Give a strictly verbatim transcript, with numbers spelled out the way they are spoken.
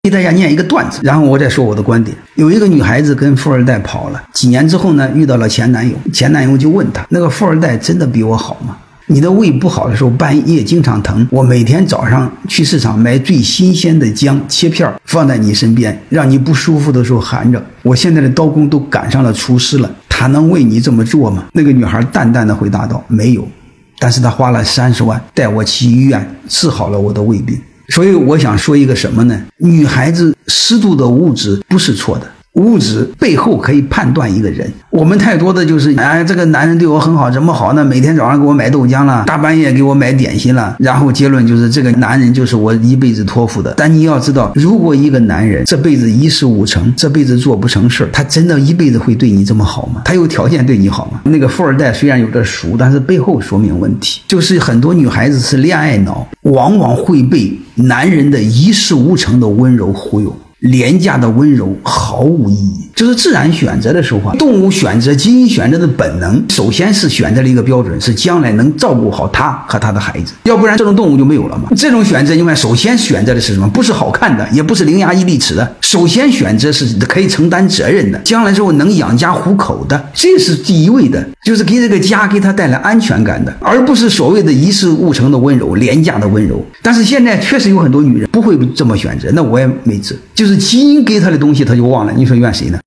给大家念一个段子，然后我再说我的观点。有一个女孩子跟富二代跑了，几年之后呢，遇到了前男友，前男友就问她，那个富二代真的比我好吗？你的胃不好的时候半夜经常疼，我每天早上去市场买最新鲜的姜切片放在你身边，让你不舒服的时候含着。我现在的刀工都赶上了厨师了，他能为你这么做吗？那个女孩淡淡的回答道，没有，但是他花了三十万带我去医院治好了我的胃病。所以我想说一个什么呢？女孩子适度的物质不是错的，物质背后可以判断一个人。我们太多的就是哎，这个男人对我很好，怎么好呢？每天早上给我买豆浆了，大半夜给我买点心了，然后结论就是这个男人就是我一辈子托付的。但你要知道，如果一个男人这辈子一事无成，这辈子做不成事，他真的一辈子会对你这么好吗？他有条件对你好吗？那个富二代虽然有点熟，但是背后说明问题，就是很多女孩子是恋爱脑，往往会被男人的一事无成的温柔忽悠，廉价的温柔毫无意义。就是自然选择的时候啊，动物选择基因选择的本能，首先是选择了一个标准，是将来能照顾好他和他的孩子，要不然这种动物就没有了嘛。这种选择你看，首先选择的是什么？不是好看的，也不是伶牙俐齿的，首先选择是可以承担责任的，将来之后能养家糊口的，这是第一位的，就是给这个家给他带来安全感的，而不是所谓的一事无成的温柔，廉价的温柔。但是现在确实有很多女人不会这么选择，那我也没辙，就是基因给他的东西他就忘了，你说怨谁呢？